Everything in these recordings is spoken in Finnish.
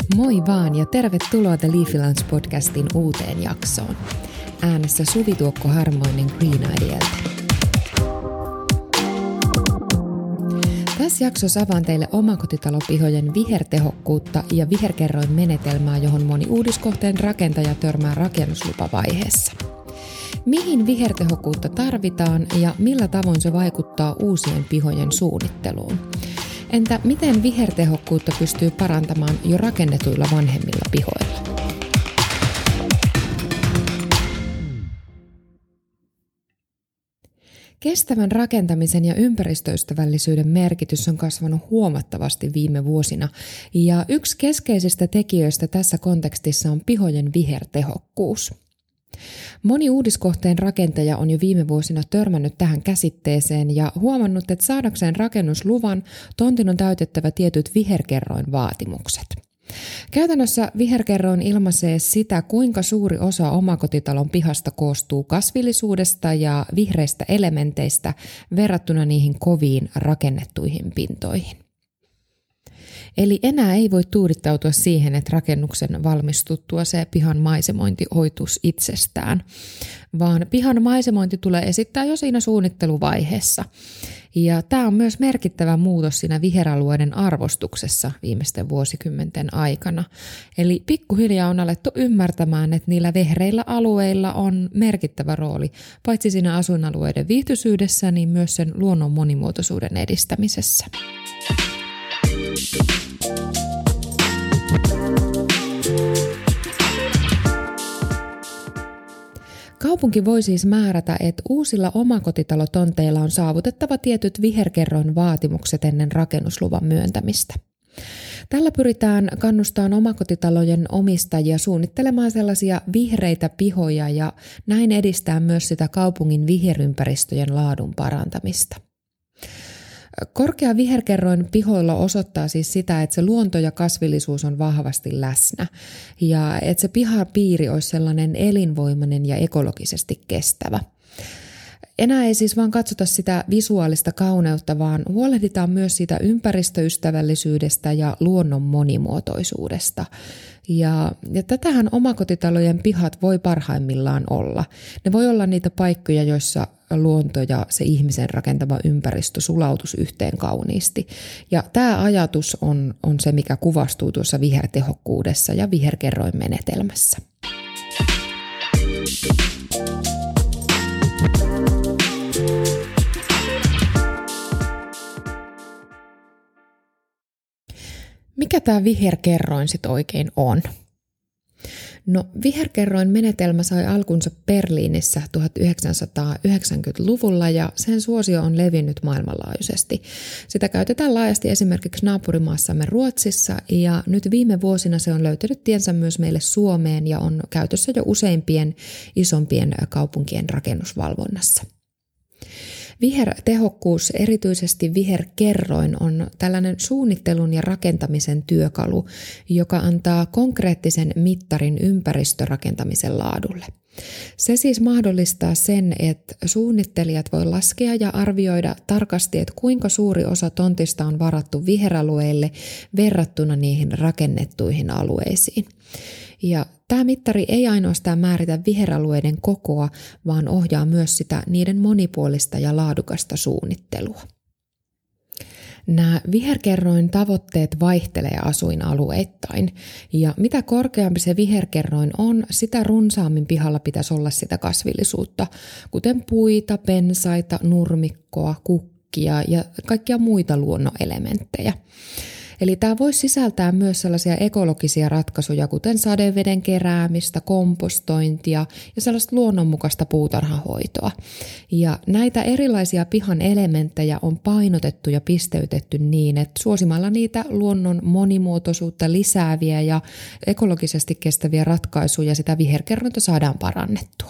Moi vaan ja tervetuloa The Leafy Lunch podcastin uuteen jaksoon. Äänessä Suvi Tuokko Harmoinen Green Idealta. Tässä jaksossa avaan teille omakotitalopihojen vihertehokkuutta ja viherkerroin menetelmää, johon moni uudiskohteen rakentaja törmää rakennuslupavaiheessa. Mihin vihertehokkuutta tarvitaan ja millä tavoin se vaikuttaa uusien pihojen suunnitteluun? Entä miten vihertehokkuutta pystyy parantamaan jo rakennetuilla vanhemmilla pihoilla? Kestävän rakentamisen ja ympäristöystävällisyyden merkitys on kasvanut huomattavasti viime vuosina, ja yksi keskeisistä tekijöistä tässä kontekstissa on pihojen vihertehokkuus. Moni uudiskohteen rakentaja on jo viime vuosina törmännyt tähän käsitteeseen ja huomannut, että saadakseen rakennusluvan tontin on täytettävä tietyt viherkerroin vaatimukset. Käytännössä viherkerroin ilmaisee sitä, kuinka suuri osa omakotitalon pihasta koostuu kasvillisuudesta ja vihreistä elementeistä verrattuna niihin koviin rakennettuihin pintoihin. Eli enää ei voi tuudittautua siihen, että rakennuksen valmistuttua se pihan maisemointi hoituisi itsestään, vaan pihan maisemointi tulee esittää jo siinä suunnitteluvaiheessa. Ja tämä on myös merkittävä muutos siinä viheralueiden arvostuksessa viimeisten vuosikymmenten aikana. Eli pikkuhiljaa on alettu ymmärtämään, että niillä vehreillä alueilla on merkittävä rooli, paitsi siinä asuinalueiden viihtyisyydessä, niin myös sen luonnon monimuotoisuuden edistämisessä. Kaupunki voi siis määrätä, että uusilla omakotitalotonteilla on saavutettava tietyt viherkerroin vaatimukset ennen rakennusluvan myöntämistä. Tällä pyritään kannustamaan omakotitalojen omistajia suunnittelemaan sellaisia vihreitä pihoja ja näin edistää myös sitä kaupungin viherympäristöjen laadun parantamista. Korkea viherkerroin pihoilla osoittaa siis sitä, että se luonto ja kasvillisuus on vahvasti läsnä ja että se pihapiiri olisi sellainen elinvoimainen ja ekologisesti kestävä. Enää ei siis vaan katsota sitä visuaalista kauneutta, vaan huolehditaan myös siitä ympäristöystävällisyydestä ja luonnon monimuotoisuudesta. Ja tätähän omakotitalojen pihat voi parhaimmillaan olla. Ne voi olla niitä paikkoja, joissa luonto ja se ihmisen rakentama ympäristö sulautus yhteen kauniisti. Ja tämä ajatus on se, mikä kuvastuu tuossa vihertehokkuudessa ja viherkerroin menetelmässä. Mikä tämä viherkerroin sitten oikein on? No, viherkerroin menetelmä sai alkunsa Berliinissä 1990-luvulla ja sen suosio on levinnyt maailmanlaajuisesti. Sitä käytetään laajasti esimerkiksi naapurimaassamme Ruotsissa ja nyt viime vuosina se on löytänyt tiensä myös meille Suomeen ja on käytössä jo useimpien isompien kaupunkien rakennusvalvonnassa. Vihertehokkuus, erityisesti viherkerroin, on tällainen suunnittelun ja rakentamisen työkalu, joka antaa konkreettisen mittarin ympäristörakentamisen laadulle. Se siis mahdollistaa sen, että suunnittelijat voi laskea ja arvioida tarkasti, että kuinka suuri osa tontista on varattu viheralueille verrattuna niihin rakennettuihin alueisiin. Ja tämä mittari ei ainoastaan määritä viheralueiden kokoa, vaan ohjaa myös sitä niiden monipuolista ja laadukasta suunnittelua. Nämä viherkerroin tavoitteet vaihtelee asuinalueittain, ja mitä korkeampi se viherkerroin on, sitä runsaammin pihalla pitäisi olla sitä kasvillisuutta, kuten puita, pensaita, nurmikkoa, kukkia ja kaikkia muita luonnonelementtejä. Eli tämä voisi sisältää myös sellaisia ekologisia ratkaisuja, kuten sadeveden keräämistä, kompostointia ja sellaista luonnonmukaista puutarhahoitoa. Ja näitä erilaisia pihan elementtejä on painotettu ja pisteytetty niin, että suosimalla niitä luonnon monimuotoisuutta lisääviä ja ekologisesti kestäviä ratkaisuja sitä viherkerrointa saadaan parannettua.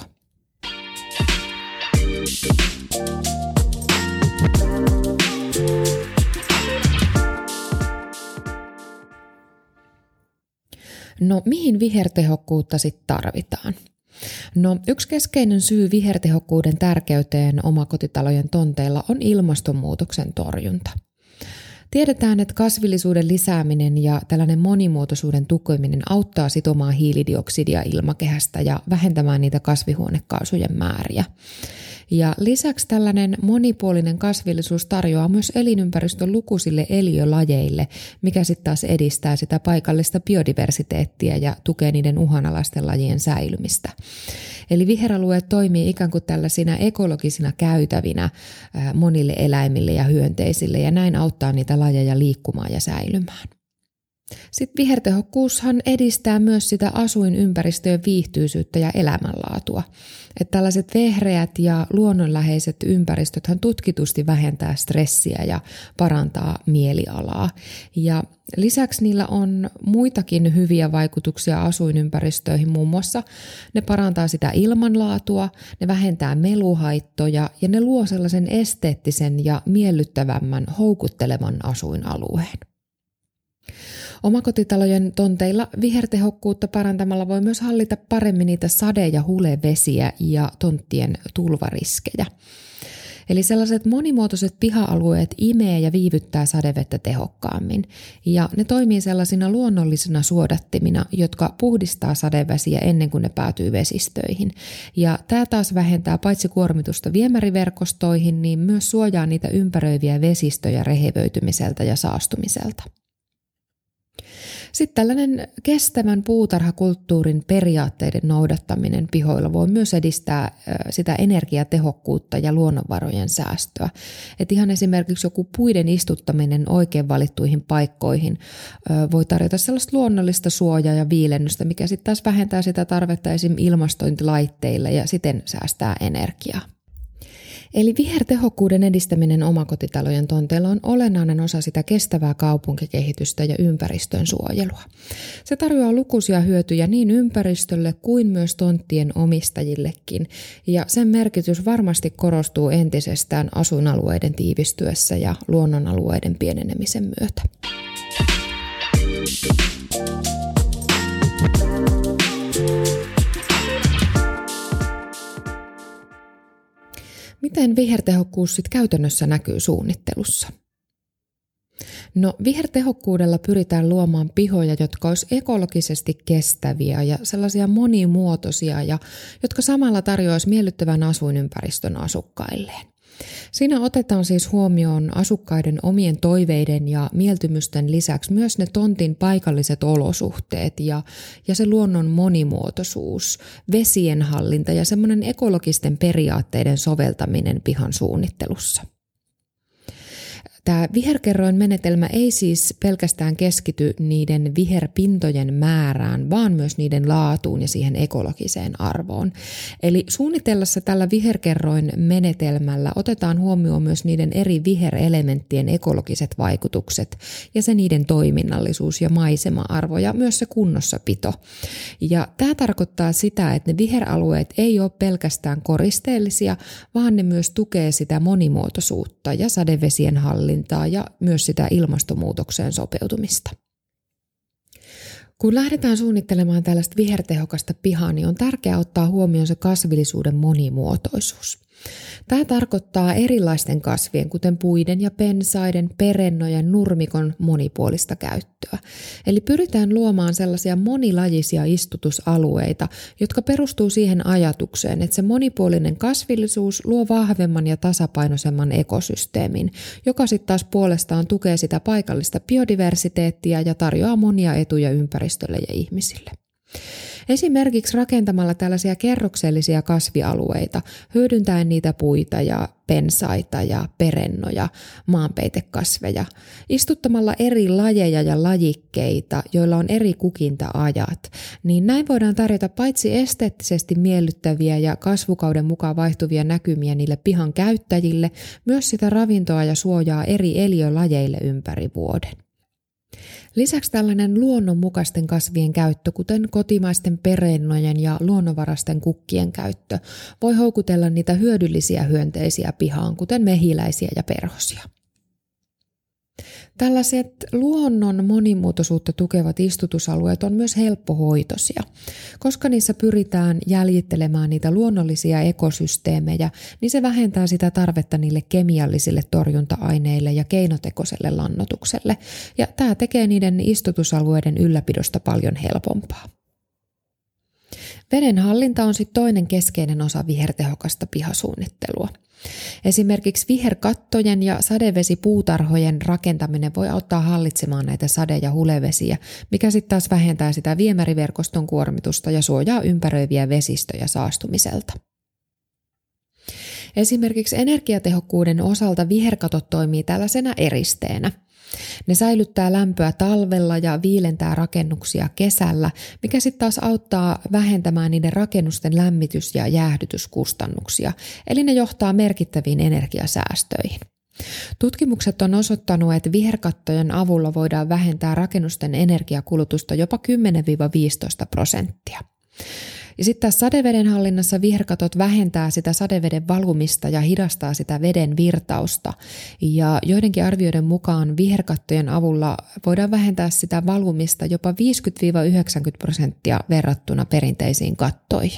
No, mihin vihertehokkuutta sitten tarvitaan? No, yksi keskeinen syy vihertehokkuuden tärkeyteen omakotitalojen tonteilla on ilmastonmuutoksen torjunta. Tiedetään, että kasvillisuuden lisääminen ja tällainen monimuotoisuuden tukeminen auttaa sitomaan hiilidioksidia ilmakehästä ja vähentämään niitä kasvihuonekaasujen määriä. Ja lisäksi tällainen monipuolinen kasvillisuus tarjoaa myös elinympäristön lukuisille eliölajeille, mikä sitten taas edistää sitä paikallista biodiversiteettiä ja tukee niiden uhanalaisten lajien säilymistä. Eli viheralueet toimii ikään kuin tällaisina ekologisina käytävinä monille eläimille ja hyönteisille ja näin auttaa niitä lajeja liikkumaan ja säilymään. Sitten vihertehokkuushan edistää myös sitä asuinympäristöjen viihtyisyyttä ja elämänlaatua. Että tällaiset vehreät ja luonnonläheiset ympäristöthän tutkitusti vähentää stressiä ja parantaa mielialaa. Ja lisäksi niillä on muitakin hyviä vaikutuksia asuinympäristöihin, muun muassa ne parantaa sitä ilmanlaatua, ne vähentää meluhaittoja ja ne luo sellaisen esteettisen ja miellyttävämmän, houkuttelevan asuinalueen. Omakotitalojen tonteilla vihertehokkuutta parantamalla voi myös hallita paremmin niitä sade- ja hulevesiä ja tonttien tulvariskejä. Eli sellaiset monimuotoiset piha-alueet imee ja viivyttää sadevettä tehokkaammin. Ja ne toimii sellaisina luonnollisina suodattimina, jotka puhdistaa sadevesiä ennen kuin ne päätyy vesistöihin. Ja tämä taas vähentää paitsi kuormitusta viemäriverkostoihin, niin myös suojaa niitä ympäröiviä vesistöjä rehevöitymiseltä ja saastumiselta. Sitten tällainen kestävän puutarhakulttuurin periaatteiden noudattaminen pihoilla voi myös edistää sitä energiatehokkuutta ja luonnonvarojen säästöä. Et ihan esimerkiksi joku puiden istuttaminen oikein valittuihin paikkoihin voi tarjota sellaista luonnollista suojaa ja viilennystä, mikä sitten taas vähentää sitä tarvetta esim. Ilmastointilaitteille ja siten säästää energiaa. Eli vihertehokkuuden edistäminen omakotitalojen tonteilla on olennainen osa sitä kestävää kaupunkikehitystä ja ympäristön suojelua. Se tarjoaa lukuisia hyötyjä niin ympäristölle kuin myös tonttien omistajillekin, ja sen merkitys varmasti korostuu entisestään asuinalueiden tiivistyessä ja luonnonalueiden pienenemisen myötä. Miten vihertehokkuus sitten käytännössä näkyy suunnittelussa? No, vihertehokkuudella pyritään luomaan pihoja, jotka olisi ekologisesti kestäviä ja sellaisia monimuotoisia ja jotka samalla tarjoaisi miellyttävän asuinympäristön asukkailleen. Siinä otetaan siis huomioon asukkaiden omien toiveiden ja mieltymysten lisäksi myös ne tontin paikalliset olosuhteet ja se luonnon monimuotoisuus, vesien hallinta ja semmoinen ekologisten periaatteiden soveltaminen pihan suunnittelussa. Tämä viherkerroinmenetelmä ei siis pelkästään keskity niiden viherpintojen määrään, vaan myös niiden laatuun ja siihen ekologiseen arvoon. Eli suunnitellessa tällä viherkerroinmenetelmällä otetaan huomioon myös niiden eri viherelementtien ekologiset vaikutukset ja se niiden toiminnallisuus ja maisema-arvo ja myös se kunnossapito. Ja tämä tarkoittaa sitä, että ne viheralueet ei ole pelkästään koristeellisia, vaan ne myös tukee sitä monimuotoisuutta ja sadevesien hallintaa ja myös sitä ilmastonmuutokseen sopeutumista. Kun lähdetään suunnittelemaan tällaista vihertehokasta pihaa, niin on tärkeää ottaa huomioon se kasvillisuuden monimuotoisuus. Tämä tarkoittaa erilaisten kasvien, kuten puiden ja pensaiden, perennojen, nurmikon monipuolista käyttöä. Eli pyritään luomaan sellaisia monilajisia istutusalueita, jotka perustuu siihen ajatukseen, että se monipuolinen kasvillisuus luo vahvemman ja tasapainoisemman ekosysteemin, joka sitten taas puolestaan tukee sitä paikallista biodiversiteettiä ja tarjoaa monia etuja ympäristölle ja ihmisille. Esimerkiksi rakentamalla tällaisia kerroksellisia kasvialueita, hyödyntäen niitä puita ja pensaita ja perennoja, maanpeitekasveja, istuttamalla eri lajeja ja lajikkeita, joilla on eri kukinta-ajat, niin näin voidaan tarjota paitsi esteettisesti miellyttäviä ja kasvukauden mukaan vaihtuvia näkymiä niille pihan käyttäjille, myös sitä ravintoa ja suojaa eri eliölajeille ympäri vuoden. Lisäksi tällainen luonnonmukaisten kasvien käyttö, kuten kotimaisten perennojen ja luonnonvaraisten kukkien käyttö, voi houkutella niitä hyödyllisiä hyönteisiä pihaan, kuten mehiläisiä ja perhosia. Tällaiset luonnon monimuotoisuutta tukevat istutusalueet on myös helppohoitoisia, koska niissä pyritään jäljittelemään niitä luonnollisia ekosysteemejä, niin se vähentää sitä tarvetta niille kemiallisille torjunta-aineille ja keinotekoiselle lannoitukselle, ja tämä tekee niiden istutusalueiden ylläpidosta paljon helpompaa. Veden hallinta on sitten toinen keskeinen osa vihertehokasta pihasuunnittelua. Esimerkiksi viherkattojen ja sadevesipuutarhojen rakentaminen voi auttaa hallitsemaan näitä sade- ja hulevesiä, mikä sitten taas vähentää sitä viemäriverkoston kuormitusta ja suojaa ympäröiviä vesistöjä saastumiselta. Esimerkiksi energiatehokkuuden osalta viherkatot toimii tällaisena eristeenä. Ne säilyttää lämpöä talvella ja viilentää rakennuksia kesällä, mikä sitten taas auttaa vähentämään niiden rakennusten lämmitys- ja jäähdytyskustannuksia, eli ne johtaa merkittäviin energiasäästöihin. Tutkimukset on osoittanut, että viherkattojen avulla voidaan vähentää rakennusten energiakulutusta jopa 10–15%. Ja sitten taas sadeveden hallinnassa viherkatot vähentää sitä sadeveden valumista ja hidastaa sitä veden virtausta. Ja joidenkin arvioiden mukaan viherkattojen avulla voidaan vähentää sitä valumista jopa 50–90% verrattuna perinteisiin kattoihin.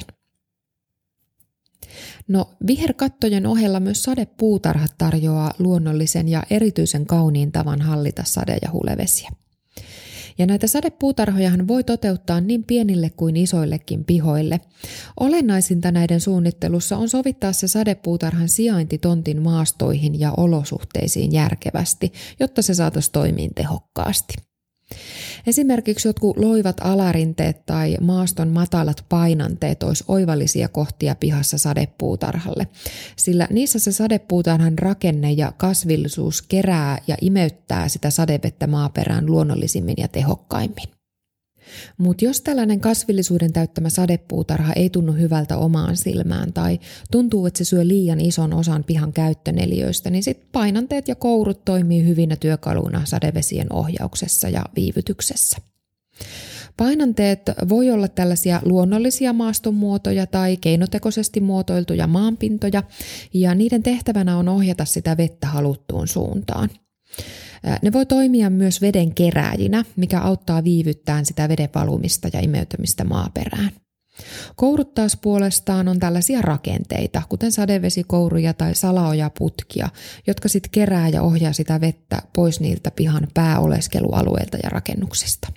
No, viherkattojen ohella myös sadepuutarhat tarjoaa luonnollisen ja erityisen kauniin tavan hallita sade- ja hulevesiä. Ja näitä sadepuutarhojahan voi toteuttaa niin pienille kuin isoillekin pihoille. Olennaisinta näiden suunnittelussa on sovittaa se sadepuutarhan sijainti tontin maastoihin ja olosuhteisiin järkevästi, jotta se saataisiin toimiin tehokkaasti. Esimerkiksi jotkut loivat alarinteet tai maaston matalat painanteet olisi oivallisia kohtia pihassa sadepuutarhalle, sillä niissä se sadepuutarhan rakenne ja kasvillisuus kerää ja imeyttää sitä sadevettä maaperään luonnollisimmin ja tehokkaimmin. Mutta jos tällainen kasvillisuuden täyttämä sadepuutarha ei tunnu hyvältä omaan silmään tai tuntuu, että se syö liian ison osan pihan käyttöneliöistä, niin sitten painanteet ja kourut toimii hyvinä työkaluna sadevesien ohjauksessa ja viivytyksessä. Painanteet voi olla tällaisia luonnollisia maastonmuotoja tai keinotekoisesti muotoiltuja maanpintoja, ja niiden tehtävänä on ohjata sitä vettä haluttuun suuntaan. Ne voi toimia myös veden kerääjinä, mikä auttaa viivyttämään sitä veden valumista ja imeytymistä maaperään. Kourut taas puolestaan on tällaisia rakenteita, kuten sadevesikouruja tai salaojaputkia, jotka sitten kerää ja ohjaa sitä vettä pois niiltä pihan pääoleskelualueilta ja rakennuksista.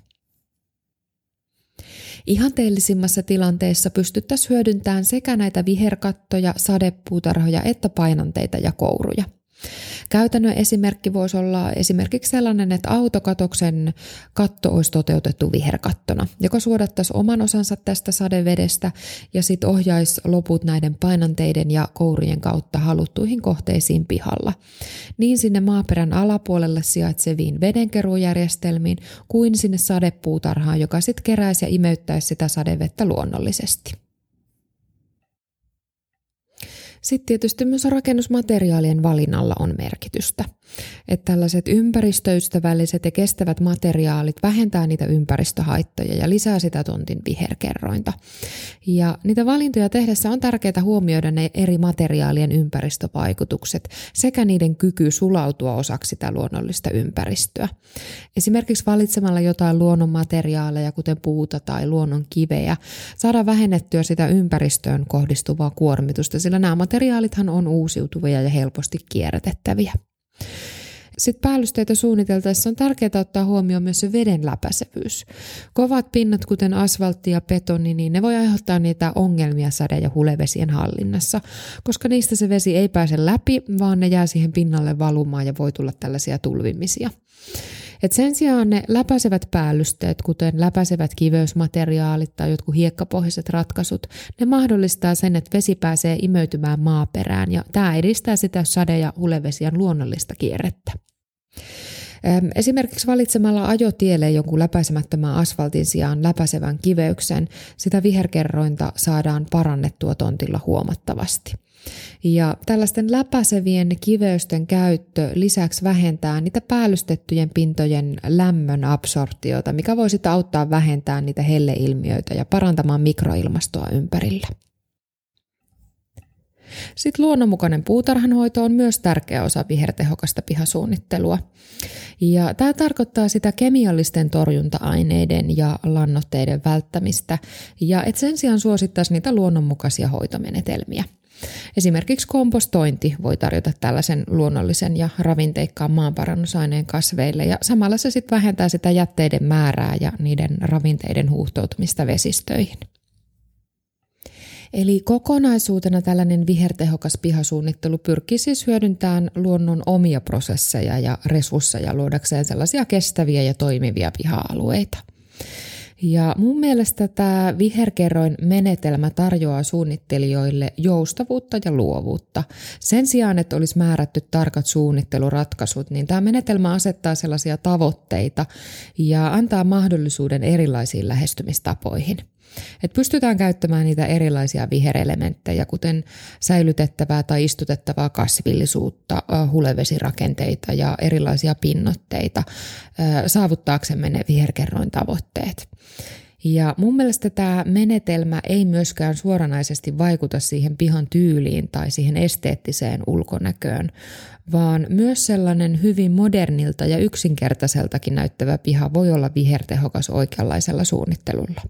Ihanteellisimmassa tilanteessa pystyttäisiin hyödyntämään sekä näitä viherkattoja, sadepuutarhoja että painanteita ja kouruja. Käytännön esimerkki voisi olla esimerkiksi sellainen, että autokatoksen katto olisi toteutettu viherkattona, joka suodattaisi oman osansa tästä sadevedestä ja sitten ohjaisi loput näiden painanteiden ja kourujen kautta haluttuihin kohteisiin pihalla, niin sinne maaperän alapuolelle sijaitseviin vedenkeruujärjestelmiin kuin sinne sadepuutarhaan, joka sitten keräisi ja imeyttäisi sitä sadevettä luonnollisesti. Sitten tietysti myös rakennusmateriaalien valinnalla on merkitystä. Että tällaiset ympäristöystävälliset ja kestävät materiaalit vähentää niitä ympäristöhaittoja ja lisää sitä tontin viherkerrointa. Ja niitä valintoja tehdessä on tärkeää huomioida ne eri materiaalien ympäristövaikutukset sekä niiden kyky sulautua osaksi sitä luonnollista ympäristöä. Esimerkiksi valitsemalla jotain luonnonmateriaaleja, kuten puuta tai luonnon kiveä, saadaan vähennettyä sitä ympäristöön kohdistuvaa kuormitusta, sillä nämä materiaalithan on uusiutuvia ja helposti kierrätettäviä. Sitten päällysteitä suunniteltaessa on tärkeää ottaa huomioon myös se veden läpäisevyys. Kovat pinnat, kuten asfaltti ja betoni, niin ne voi aiheuttaa niitä ongelmia sade- ja hulevesien hallinnassa, koska niistä se vesi ei pääse läpi, vaan ne jää siihen pinnalle valumaan ja voi tulla tällaisia tulvimisia. Et sen sijaan ne läpäisevät päällysteet, kuten läpäisevät kiveysmateriaalit tai jotkut hiekkapohjaiset ratkaisut, ne mahdollistaa sen, että vesi pääsee imeytymään maaperään ja tämä edistää sitä sade- ja hulevesien luonnollista kierrettä. Esimerkiksi valitsemalla ajotielle jonkun läpäisemättömän asfaltin sijaan läpäisevän kiveyksen, sitä viherkerrointa saadaan parannettua tontilla huomattavasti. Ja tällaisten läpäisevien kiveysten käyttö lisäksi vähentää niitä päällystettyjen pintojen lämmön absorptiota, mikä voi sitten auttaa vähentämään niitä helleilmiöitä ja parantamaan mikroilmastoa ympärillä. Sitten luonnonmukainen puutarhanhoito on myös tärkeä osa vihertehokasta pihasuunnittelua. Ja tämä tarkoittaa sitä kemiallisten torjunta-aineiden ja lannoitteiden välttämistä, ja et sen sijaan suosittaisi niitä luonnonmukaisia hoitomenetelmiä. Esimerkiksi kompostointi voi tarjota tällaisen luonnollisen ja ravinteikkaan maanparannusaineen kasveille, ja samalla se sitten vähentää sitä jätteiden määrää ja niiden ravinteiden huuhtoutumista vesistöihin. Eli kokonaisuutena tällainen vihertehokas pihasuunnittelu pyrkii siis hyödyntämään luonnon omia prosesseja ja resursseja luodakseen sellaisia kestäviä ja toimivia piha-alueita. Ja mun mielestä tämä viherkerroin menetelmä tarjoaa suunnittelijoille joustavuutta ja luovuutta. Sen sijaan, että olisi määrätty tarkat suunnitteluratkaisut, niin tämä menetelmä asettaa sellaisia tavoitteita ja antaa mahdollisuuden erilaisiin lähestymistapoihin. Et pystytään käyttämään niitä erilaisia viherelementtejä, kuten säilytettävää tai istutettavaa kasvillisuutta, hulevesirakenteita ja erilaisia pinnoitteita saavuttaaksemme ne viherkerroin tavoitteet. Ja mun mielestä tämä menetelmä ei myöskään suoranaisesti vaikuta siihen pihan tyyliin tai siihen esteettiseen ulkonäköön, vaan myös sellainen hyvin modernilta ja yksinkertaiseltakin näyttävä piha voi olla vihertehokas oikeanlaisella suunnittelulla.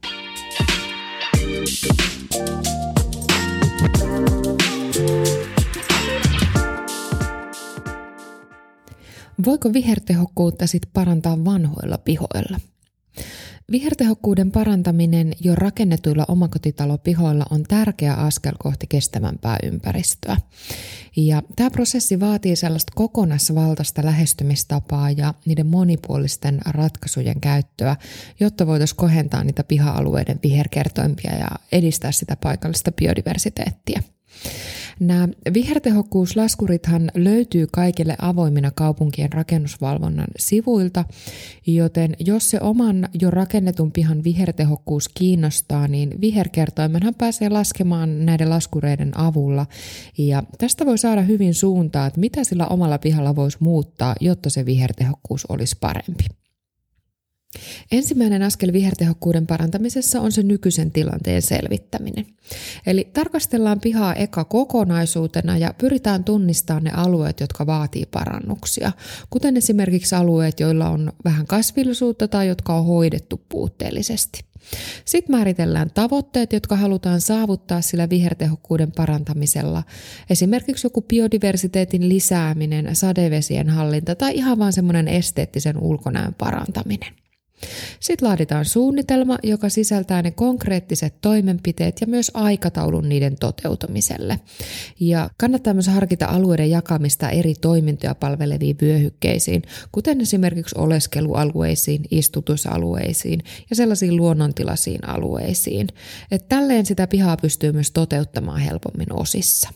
Voiko vihertehokkuutta sitten parantaa vanhoilla pihoilla? Vihertehokkuuden parantaminen jo rakennetuilla omakotitalopihoilla on tärkeä askel kohti kestävämpää ympäristöä. Ja tämä prosessi vaatii sellaista kokonaisvaltaista lähestymistapaa ja niiden monipuolisten ratkaisujen käyttöä, jotta voitaisiin kohentaa niitä piha-alueiden viherkertoimpia ja edistää sitä paikallista biodiversiteettiä. Nämä vihertehokkuuslaskurithan löytyy kaikille avoimina kaupunkien rakennusvalvonnan sivuilta, joten jos se oman jo rakennetun pihan vihertehokkuus kiinnostaa, niin viherkertoimenhan pääsee laskemaan näiden laskureiden avulla. Ja tästä voi saada hyvin suuntaa, että mitä sillä omalla pihalla voisi muuttaa, jotta se vihertehokkuus olisi parempi. Ensimmäinen askel vihertehokkuuden parantamisessa on se nykyisen tilanteen selvittäminen. Eli tarkastellaan pihaa eka kokonaisuutena ja pyritään tunnistamaan ne alueet, jotka vaatii parannuksia, kuten esimerkiksi alueet, joilla on vähän kasvillisuutta tai jotka on hoidettu puutteellisesti. Sitten määritellään tavoitteet, jotka halutaan saavuttaa sillä vihertehokkuuden parantamisella, esimerkiksi joku biodiversiteetin lisääminen, sadevesien hallinta tai ihan vaan semmoinen esteettisen ulkonäön parantaminen. Sitten laaditaan suunnitelma, joka sisältää ne konkreettiset toimenpiteet ja myös aikataulun niiden toteutumiselle. Ja kannattaa myös harkita alueiden jakamista eri toimintoja palveleviin vyöhykkeisiin, kuten esimerkiksi oleskelualueisiin, istutusalueisiin ja sellaisiin luonnontilaisiin alueisiin. Et tälleen sitä pihaa pystyy myös toteuttamaan helpommin osissa.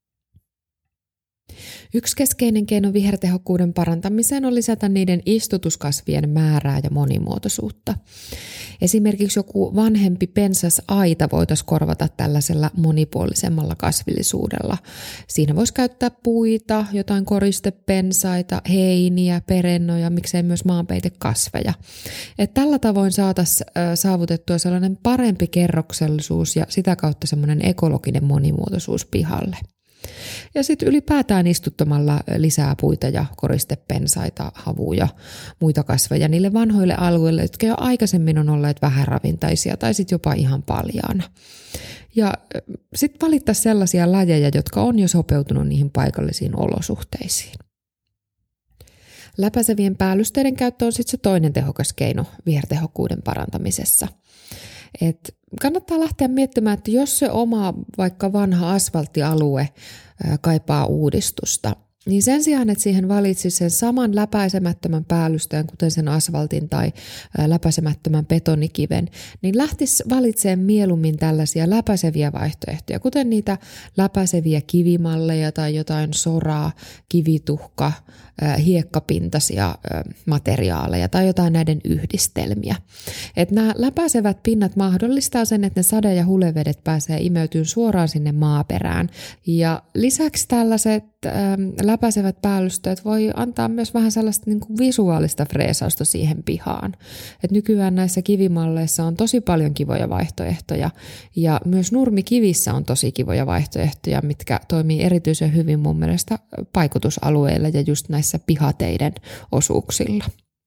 Yksi keskeinen keino vihertehokkuuden parantamiseen on lisätä niiden istutuskasvien määrää ja monimuotoisuutta. Esimerkiksi joku vanhempi pensas aita voitaisiin korvata tällaisella monipuolisemmalla kasvillisuudella. Siinä voisi käyttää puita, jotain koristepensaita, heiniä, perennoja, miksei myös maanpeitekasveja. Et tällä tavoin saataisiin saavutettua sellainen parempi kerroksellisuus ja sitä kautta semmoinen ekologinen monimuotoisuus pihalle. Ja sitten ylipäätään istuttamalla lisää puita ja koristepensaita, havuja, muita kasveja niille vanhoille alueille, jotka jo aikaisemmin on olleet vähäravintaisia tai sitten jopa ihan paljaana. Ja sitten valittaa sellaisia lajeja, jotka on jo sopeutunut niihin paikallisiin olosuhteisiin. Läpäisevien päällysteiden käyttö on sitten se toinen tehokas keino vihertehokkuuden parantamisessa. Et kannattaa lähteä miettimään, että jos se oma vaikka vanha asfalttialue kaipaa uudistusta, niin sen sijaan, että siihen valitsisi sen saman läpäisemättömän päällysteen, kuten sen asfaltin tai läpäisemättömän betonikiven, niin lähtisi valitsemaan mieluummin tällaisia läpäiseviä vaihtoehtoja, kuten niitä läpäiseviä kivimalleja tai jotain soraa, kivituhka, hiekkapintaisia materiaaleja tai jotain näiden yhdistelmiä. Että nämä läpäisevät pinnat mahdollistaa sen, että ne sade- ja hulevedet pääsee imeytyyn suoraan sinne maaperään. Ja lisäksi tällaiset läpäisevät päällysteet voi antaa myös vähän sellaista niin kuin visuaalista freesausta siihen pihaan. Et nykyään näissä kivimalleissa on tosi paljon kivoja vaihtoehtoja ja myös nurmikivissä on tosi kivoja vaihtoehtoja, mitkä toimii erityisen hyvin mun mielestä paikotusalueilla ja just näissä pihateiden osuuksilla.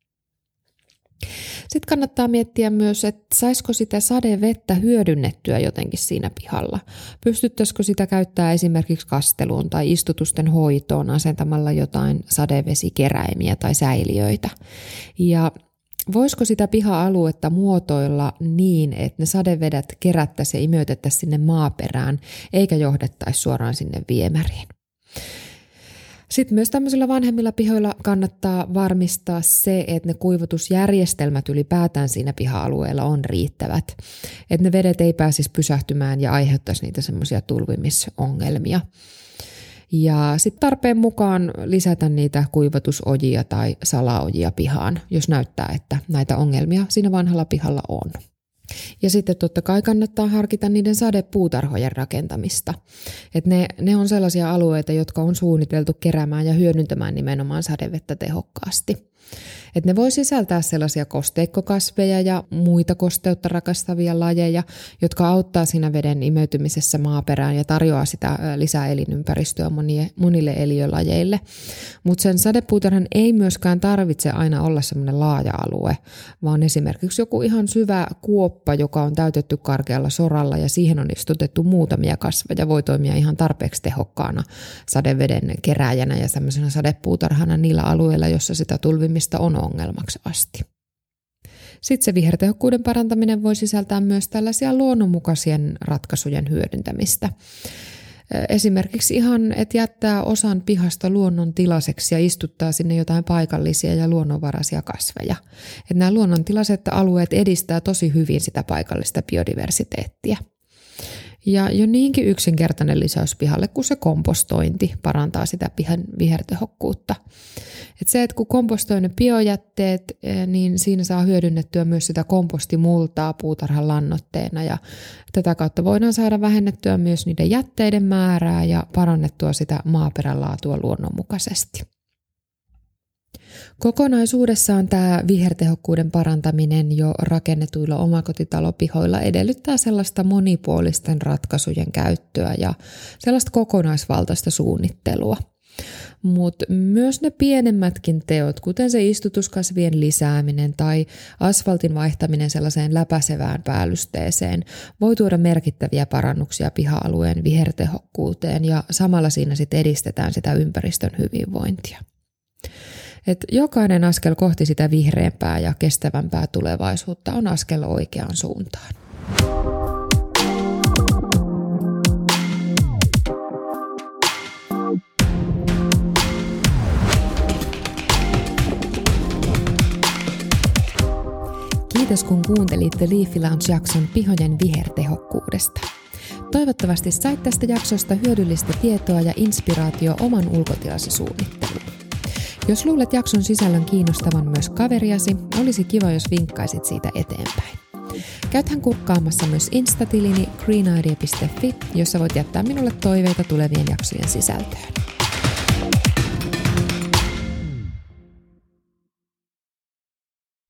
Sitten kannattaa miettiä myös, että saisiko sitä sadevettä hyödynnettyä jotenkin siinä pihalla. Pystyttäisikö sitä käyttää esimerkiksi kasteluun tai istutusten hoitoon asentamalla jotain sadevesikeräimiä tai säiliöitä. Ja voisiko sitä piha-aluetta muotoilla niin, että ne sadevedet kerättäisiin ja imeytettäisiin sinne maaperään, eikä johdettaisi suoraan sinne viemäriin. Sitten myös tämmöisillä vanhemmilla pihoilla kannattaa varmistaa se, että ne kuivatusjärjestelmät ylipäätään siinä piha-alueella on riittävät. Että ne vedet ei pääsisi pysähtymään ja aiheuttaisi niitä semmoisia tulvimisongelmia. Ja sitten tarpeen mukaan lisätä niitä kuivatusojia tai salaojia pihaan, jos näyttää, että näitä ongelmia siinä vanhalla pihalla on. Ja sitten totta kai kannattaa harkita niiden sadepuutarhojen rakentamista. Et ne on sellaisia alueita, jotka on suunniteltu keräämään ja hyödyntämään nimenomaan sadevettä tehokkaasti. Et ne voi sisältää sellaisia kosteikkokasveja ja muita kosteutta rakastavia lajeja, jotka auttaa siinä veden imeytymisessä maaperään ja tarjoaa sitä lisää elinympäristöä monille eliölajeille. Mutta sen sadepuutarhan ei myöskään tarvitse aina olla semmoinen laaja alue, vaan esimerkiksi joku ihan syvä kuoppa, joka on täytetty karkealla soralla ja siihen on istutettu muutamia kasveja, voi toimia ihan tarpeeksi tehokkaana sadeveden kerääjänä ja semmoisena sadepuutarhana niillä alueilla, jossa sitä tulvimista on ongelmaksi asti. Sitten se vihertehokkuuden parantaminen voi sisältää myös tällaisia luonnonmukaisien ratkaisujen hyödyntämistä. Esimerkiksi ihan, että jättää osan pihasta luonnontilaiseksi ja istuttaa sinne jotain paikallisia ja luonnonvaraisia kasveja. Että nämä luonnontilaiset alueet edistää tosi hyvin sitä paikallista biodiversiteettiä. Ja jo niinkin yksinkertainen lisäys pihalle kuin se kompostointi parantaa sitä pihan vihertehokkuutta. Et se, että kun kompostoi ne biojätteet, niin siinä saa hyödynnettyä myös sitä kompostimultaa puutarhan lannoitteena ja tätä kautta voidaan saada vähennettyä myös niiden jätteiden määrää ja parannettua sitä maaperän laatua luonnonmukaisesti. Kokonaisuudessaan tämä vihertehokkuuden parantaminen jo rakennetuilla omakotitalopihoilla edellyttää sellaista monipuolisten ratkaisujen käyttöä ja sellaista kokonaisvaltaista suunnittelua. Mutta myös ne pienemmätkin teot, kuten se istutuskasvien lisääminen tai asfaltin vaihtaminen sellaiseen läpäisevään päällysteeseen, voi tuoda merkittäviä parannuksia piha-alueen vihertehokkuuteen ja samalla siinä sitten edistetään sitä ympäristön hyvinvointia. Et jokainen askel kohti sitä vihreämpää ja kestävämpää tulevaisuutta on askel oikeaan suuntaan. Kiitos kun kuuntelitte Leafy Lounge-jakson pihojen vihertehokkuudesta. Toivottavasti sait tästä jaksosta hyödyllistä tietoa ja inspiraatio oman ulkotilasi suunnitteluun. Jos luulet jakson sisällön kiinnostavan myös kaveriasi, olisi kiva, jos vinkkaisit siitä eteenpäin. Käythän kurkkaamassa myös Insta-tilini greenidea.fi, jossa voit jättää minulle toiveita tulevien jaksojen sisältöön.